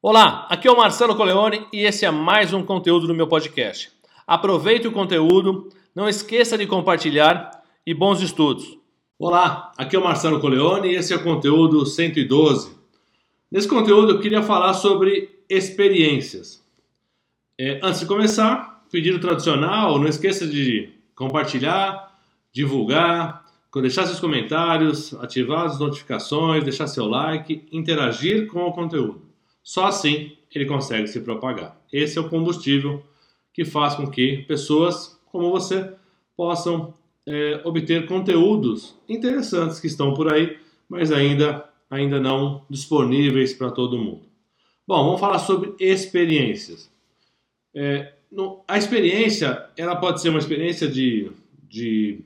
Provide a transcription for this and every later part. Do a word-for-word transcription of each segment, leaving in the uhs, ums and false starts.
Olá, aqui é o Marcelo Coleoni e esse é mais um conteúdo do meu podcast. Aproveite o conteúdo, não esqueça de compartilhar e bons estudos. Olá, aqui é o Marcelo Coleoni e esse é o conteúdo cento e doze. Nesse conteúdo eu queria falar sobre experiências. É, antes de começar, pedido tradicional, não esqueça de compartilhar, divulgar, deixar seus comentários, ativar as notificações, deixar seu like, interagir com o conteúdo. Só assim ele consegue se propagar. Esse é o combustível que faz com que pessoas como você possam é, obter conteúdos interessantes que estão por aí, mas ainda, ainda não disponíveis para todo mundo. Bom, vamos falar sobre experiências. É, no, a experiência ela pode ser uma experiência de, de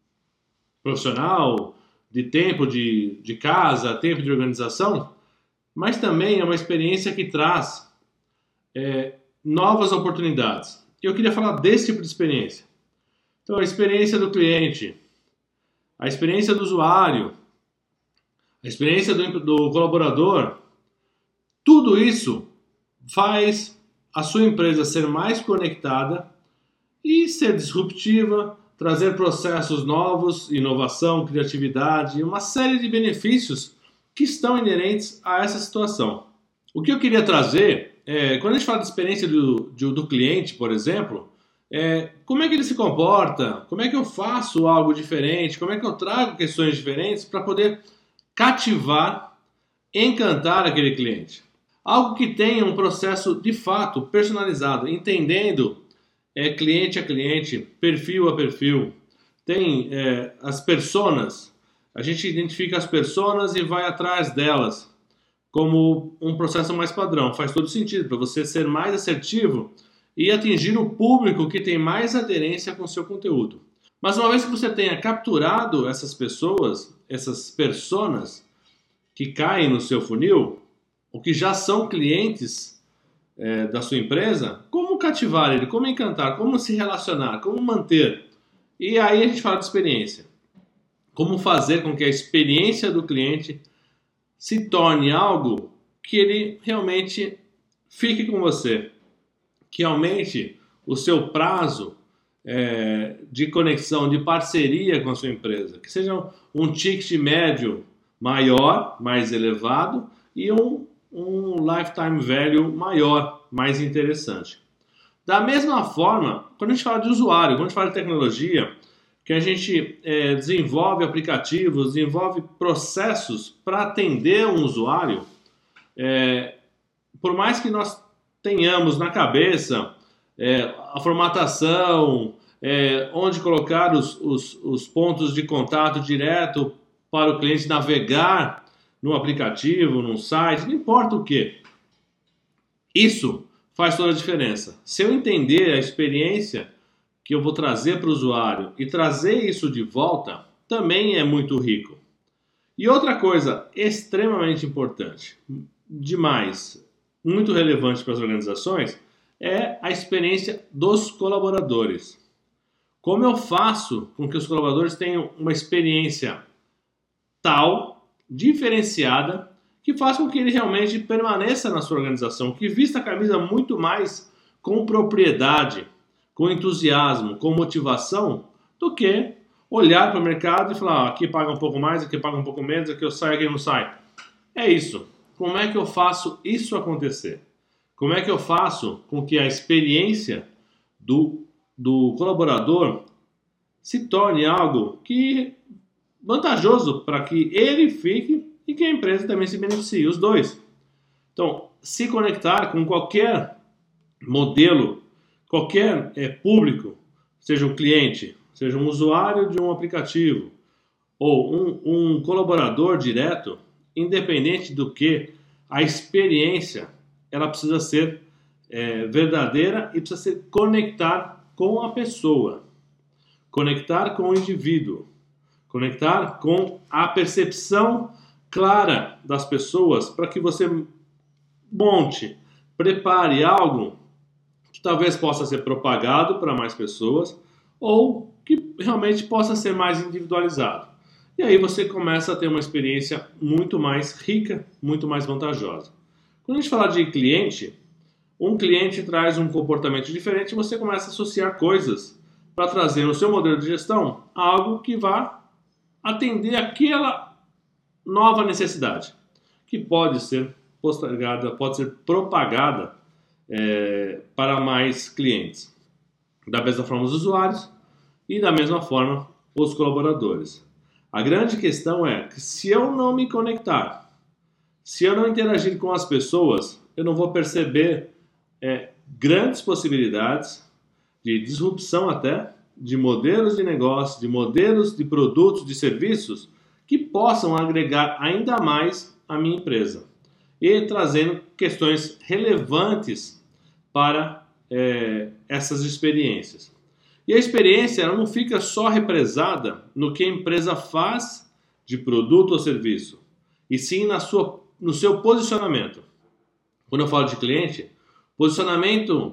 profissional, de tempo de, de casa, tempo de organização, mas também é uma experiência que traz é, novas oportunidades. Eu queria falar desse tipo de experiência. Então, a experiência do cliente, a experiência do usuário, a experiência do, do colaborador, tudo isso faz a sua empresa ser mais conectada e ser disruptiva, trazer processos novos, inovação, criatividade e uma série de benefícios que estão inerentes a essa situação. O que eu queria trazer, é, quando a gente fala de experiência do, do, do cliente, por exemplo, é, como é que ele se comporta, como é que eu faço algo diferente, como é que eu trago questões diferentes para poder cativar, encantar aquele cliente. Algo que tenha um processo de fato personalizado, entendendo é, cliente a cliente, perfil a perfil, tem é, as personas. A gente identifica as personas e vai atrás delas como um processo mais padrão. Faz todo sentido para você ser mais assertivo e atingir o público que tem mais aderência com o seu conteúdo. Mas uma vez que você tenha capturado essas pessoas, essas personas que caem no seu funil, ou que já são clientes é, da sua empresa, como cativar ele, como encantar, como se relacionar, como manter. E aí a gente fala de experiência. Como fazer com que a experiência do cliente se torne algo que ele realmente fique com você, que aumente o seu prazo é, de conexão, de parceria com a sua empresa, que seja um ticket médio maior, mais elevado e um, um lifetime value maior, mais interessante. Da mesma forma, quando a gente fala de usuário, quando a gente fala de tecnologia, que a gente é, desenvolve aplicativos, desenvolve processos para atender um usuário, é, por mais que nós tenhamos na cabeça é, a formatação, é, onde colocar os, os, os pontos de contato direto para o cliente navegar no aplicativo, num site, não importa o que. Isso faz toda a diferença. Se eu entender a experiência que eu vou trazer para o usuário e trazer isso de volta, também é muito rico. E outra coisa extremamente importante, demais, muito relevante para as organizações, é a experiência dos colaboradores. Como eu faço com que os colaboradores tenham uma experiência tal, diferenciada, que faça com que ele realmente permaneça na sua organização, que vista a camisa muito mais com propriedade, com entusiasmo, com motivação, do que olhar para o mercado e falar, ah, aqui paga um pouco mais, aqui paga um pouco menos, aqui eu saio, aqui eu não saio. É isso. Como é que eu faço isso acontecer? Como é que eu faço com que a experiência do, do colaborador se torne algo que vantajoso para que ele fique e que a empresa também se beneficie, os dois. Então, se conectar com qualquer modelo, qualquer é, público, seja um cliente, seja um usuário de um aplicativo ou um, um colaborador direto, independente do que, a experiência ela precisa ser é, verdadeira e precisa se conectar com a pessoa, conectar com o indivíduo, conectar com a percepção clara das pessoas para que você monte, prepare algo que talvez possa ser propagado para mais pessoas ou que realmente possa ser mais individualizado. E aí você começa a ter uma experiência muito mais rica, muito mais vantajosa. Quando a gente fala de cliente, um cliente traz um comportamento diferente e você começa a associar coisas para trazer no seu modelo de gestão algo que vá atender aquela nova necessidade, que pode ser postergada, pode ser propagada é, para mais clientes. Da mesma forma os usuários e da mesma forma os colaboradores. A grande questão é que se eu não me conectar, se eu não interagir com as pessoas, eu não vou perceber é, grandes possibilidades de disrupção até, de modelos de negócio, de modelos de produtos, de serviços que possam agregar ainda mais a minha empresa e trazendo questões relevantes para é, essas experiências. E a experiência ela não fica só represada no que a empresa faz de produto ou serviço, e sim na sua, no seu posicionamento. Quando eu falo de cliente, posicionamento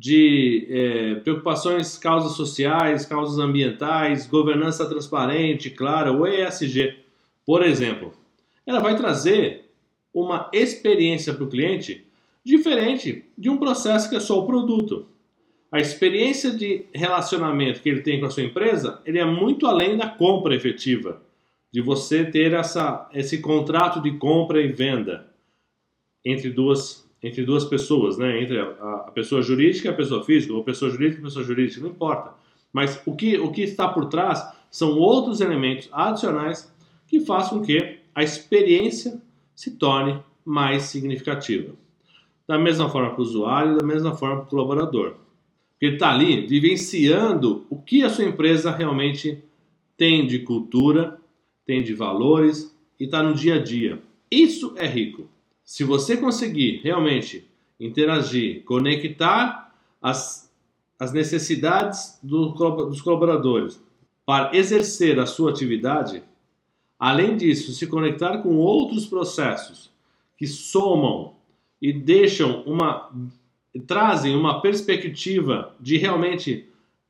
de é, preocupações, causas sociais, causas ambientais, governança transparente, clara, o E S G, por exemplo, ela vai trazer uma experiência para o cliente diferente de um processo que é só o produto. A experiência de relacionamento que ele tem com a sua empresa, ele é muito além da compra efetiva, de você ter essa, esse contrato de compra e venda entre duas entre duas pessoas, né? Entre a, a pessoa jurídica e a pessoa física, ou pessoa jurídica e pessoa jurídica, não importa. Mas o que, o que está por trás são outros elementos adicionais que façam com que a experiência se torne mais significativa. Da mesma forma para o usuário, da mesma forma para o colaborador. Porque ele está ali vivenciando o que a sua empresa realmente tem de cultura, tem de valores e está no dia a dia. Isso é rico. Se você conseguir realmente interagir, conectar as, as necessidades do, dos colaboradores para exercer a sua atividade, além disso, se conectar com outros processos que somam e deixam uma, trazem uma perspectiva de realmente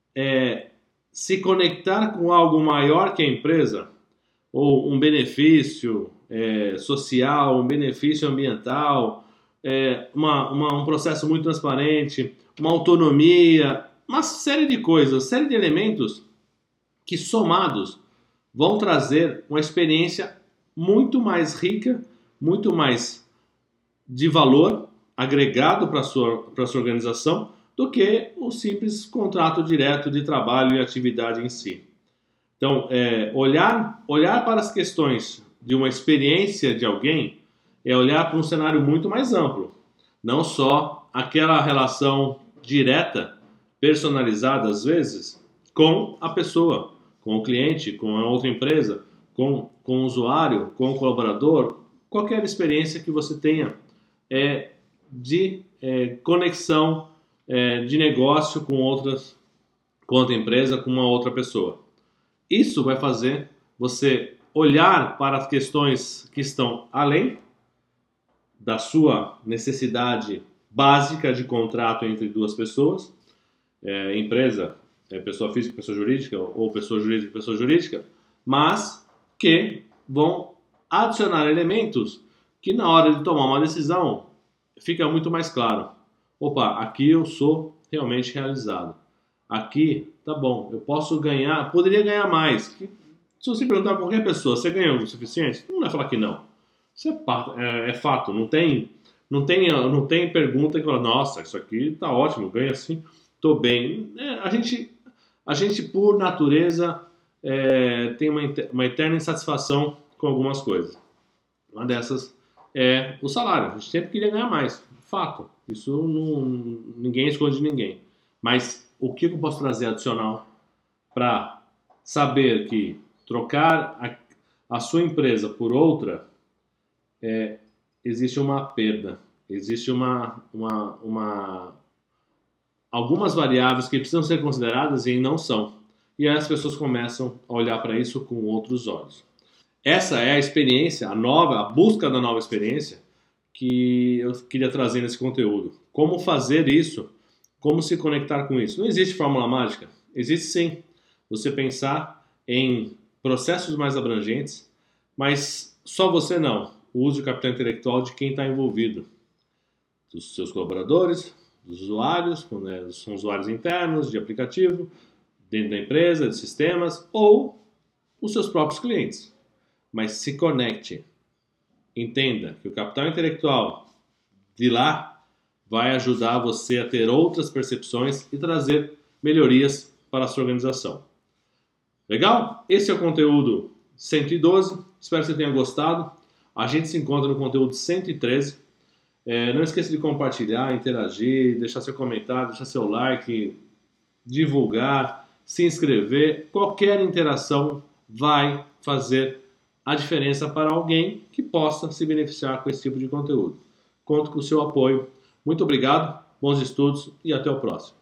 é, se conectar com algo maior que a empresa, ou um benefício é, social, um benefício ambiental, é, uma, uma, um processo muito transparente, uma autonomia, uma série de coisas, série de elementos que somados vão trazer uma experiência muito mais rica, muito mais de valor agregado para a sua, para a sua organização do que o simples contrato direto de trabalho e atividade em si. Então, é, olhar, olhar para as questões de uma experiência de alguém é olhar para um cenário muito mais amplo. Não só aquela relação direta, personalizada às vezes, com a pessoa, com o cliente, com a outra empresa, com, com o usuário, com o colaborador, qualquer experiência que você tenha é, de é, conexão é, de negócio com, outras, com outra empresa, com uma outra pessoa. Isso vai fazer você olhar para as questões que estão além da sua necessidade básica de contrato entre duas pessoas, é, empresa, é, pessoa física, pessoa jurídica, ou pessoa jurídica, pessoa jurídica, mas que vão adicionar elementos que na hora de tomar uma decisão fica muito mais claro. Opa, aqui eu sou realmente realizado. Aqui, tá bom, eu posso ganhar, poderia ganhar mais. Se você perguntar para qualquer pessoa, você ganhou o suficiente? Não vai falar que não. Isso é, é, é fato, não tem, não, tem, não tem pergunta que fala, nossa, isso aqui tá ótimo, ganha assim, tô bem. É, a, gente, a gente, por natureza, é, tem uma, uma eterna insatisfação com algumas coisas. Uma dessas é o salário. A gente sempre queria ganhar mais, fato. Isso não, ninguém esconde de ninguém. Mas o que eu posso trazer adicional para saber que trocar a, a sua empresa por outra, é, existe uma perda, existe uma, uma, uma, algumas variáveis que precisam ser consideradas e não são. E aí as pessoas começam a olhar para isso com outros olhos. Essa é a experiência, a nova, a busca da nova experiência que eu queria trazer nesse conteúdo. Como fazer isso? Como se conectar com isso? Não existe fórmula mágica. Existe sim. Você pensar em processos mais abrangentes, mas só você não. O uso de capital intelectual de quem está envolvido. dos seus colaboradores, dos usuários, né, são usuários internos de aplicativo, dentro da empresa, de sistemas, ou os seus próprios clientes. Mas se conecte. Entenda que o capital intelectual de lá vai ajudar você a ter outras percepções e trazer melhorias para a sua organização. Legal? Esse é o conteúdo cento e doze. Espero que você tenha gostado. A gente se encontra no conteúdo cento e treze. É, não esqueça de compartilhar, interagir, deixar seu comentário, deixar seu like, divulgar, se inscrever. Qualquer interação vai fazer a diferença para alguém que possa se beneficiar com esse tipo de conteúdo. Conto com o seu apoio. Muito obrigado, bons estudos e até o próximo.